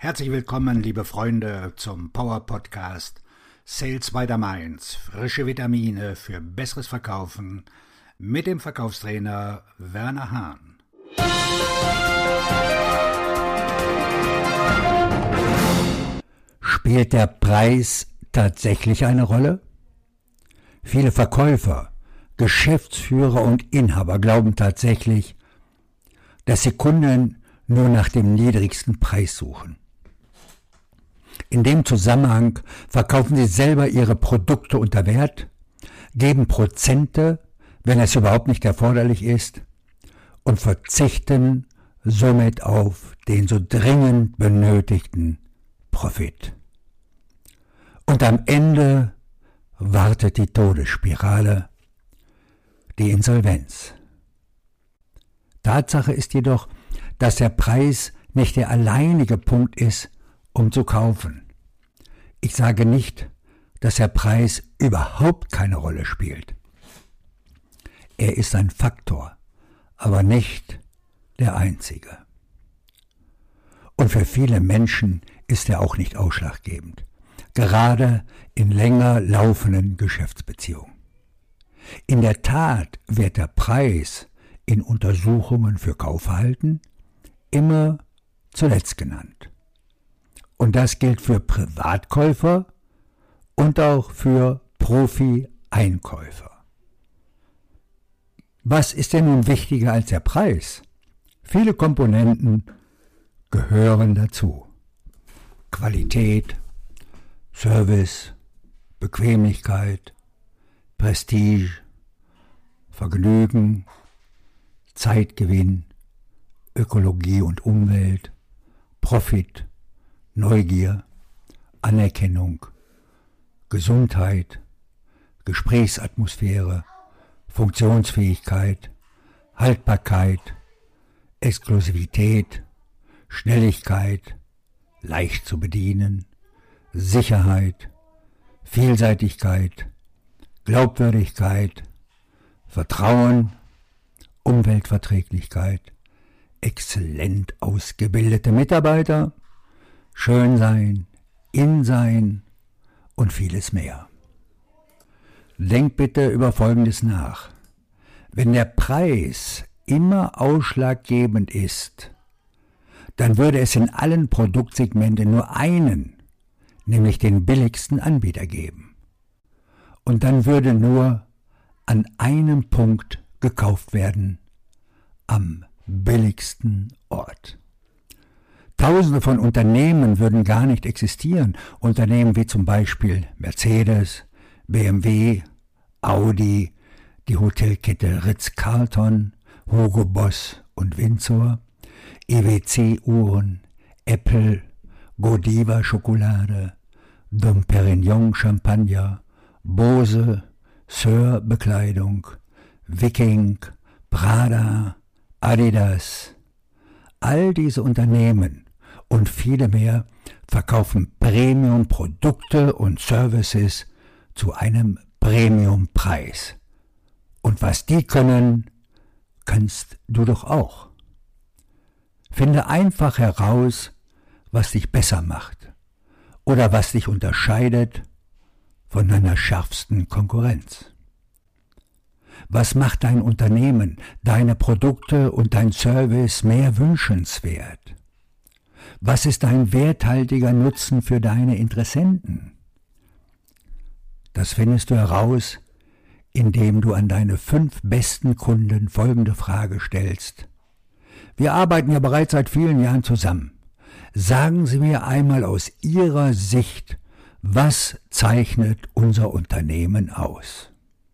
Herzlich willkommen, liebe Freunde, zum Power Podcast Sales by the Mainz. Frische Vitamine für besseres Verkaufen mit dem Verkaufstrainer Werner Hahn. Spielt der Preis tatsächlich eine Rolle? Viele Verkäufer, Geschäftsführer und Inhaber glauben tatsächlich, dass sie Kunden nur nach dem niedrigsten Preis suchen. In dem Zusammenhang verkaufen sie selber ihre Produkte unter Wert, geben Prozente, wenn es überhaupt nicht erforderlich ist, und verzichten somit auf den so dringend benötigten Profit. Und am Ende wartet die Todesspirale, die Insolvenz. Tatsache ist jedoch, dass der Preis nicht der alleinige Punkt ist, um zu kaufen. Ich sage nicht, dass der Preis überhaupt keine Rolle spielt. Er ist ein Faktor, aber nicht der einzige. Und für viele Menschen ist er auch nicht ausschlaggebend, gerade in länger laufenden Geschäftsbeziehungen. In der Tat wird der Preis in Untersuchungen für Kaufverhalten immer zuletzt genannt. Und das gilt für Privatkäufer und auch für Profi-Einkäufer. Was ist denn nun wichtiger als der Preis? Viele Komponenten gehören dazu. Qualität, Service, Bequemlichkeit, Prestige, Vergnügen, Zeitgewinn, Ökologie und Umwelt, Profit, Neugier, Anerkennung, Gesundheit, Gesprächsatmosphäre, Funktionsfähigkeit, Haltbarkeit, Exklusivität, Schnelligkeit, leicht zu bedienen, Sicherheit, Vielseitigkeit, Glaubwürdigkeit, Vertrauen, Umweltverträglichkeit, exzellent ausgebildete Mitarbeiter, Schönsein, Insein und vieles mehr. Denk bitte über Folgendes nach. Wenn der Preis immer ausschlaggebend ist, dann würde es in allen Produktsegmenten nur einen, nämlich den billigsten Anbieter geben. Und dann würde nur an einem Punkt gekauft werden, am billigsten Ort. Tausende von Unternehmen würden gar nicht existieren. Unternehmen wie zum Beispiel Mercedes, BMW, Audi, die Hotelkette Ritz-Carlton, Hugo Boss und Windsor, IWC-Uhren, Apple, Godiva Schokolade, Dom Perignon Champagner, Bose, Sir Bekleidung, Viking, Prada, Adidas. All diese Unternehmen und viele mehr verkaufen Premium-Produkte und Services zu einem Premium-Preis. Und was die können, kannst du doch auch. Finde einfach heraus, was dich besser macht oder was dich unterscheidet von deiner schärfsten Konkurrenz. Was macht dein Unternehmen, deine Produkte und dein Service mehr wünschenswert? Was ist ein werthaltiger Nutzen für deine Interessenten? Das findest du heraus, indem du an deine 5 besten Kunden folgende Frage stellst. Wir arbeiten ja bereits seit vielen Jahren zusammen. Sagen Sie mir einmal aus Ihrer Sicht, was zeichnet unser Unternehmen aus?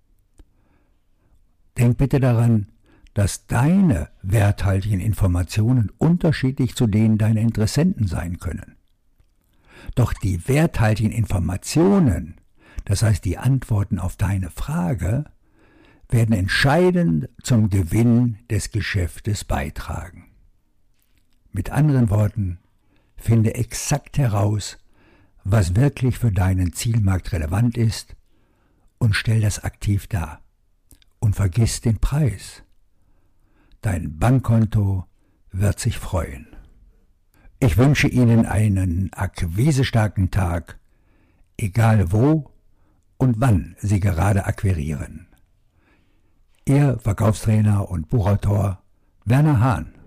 Denk bitte daran, dass deine werthaltigen Informationen unterschiedlich zu denen deiner Interessenten sein können. Doch die werthaltigen Informationen, das heißt die Antworten auf deine Frage, werden entscheidend zum Gewinn des Geschäftes beitragen. Mit anderen Worten, finde exakt heraus, was wirklich für deinen Zielmarkt relevant ist und stell das aktiv dar. Und vergiss den Preis. Dein Bankkonto wird sich freuen. Ich wünsche Ihnen einen akquisestarken Tag, egal wo und wann Sie gerade akquirieren. Ihr Verkaufstrainer und Buchautor Werner Hahn.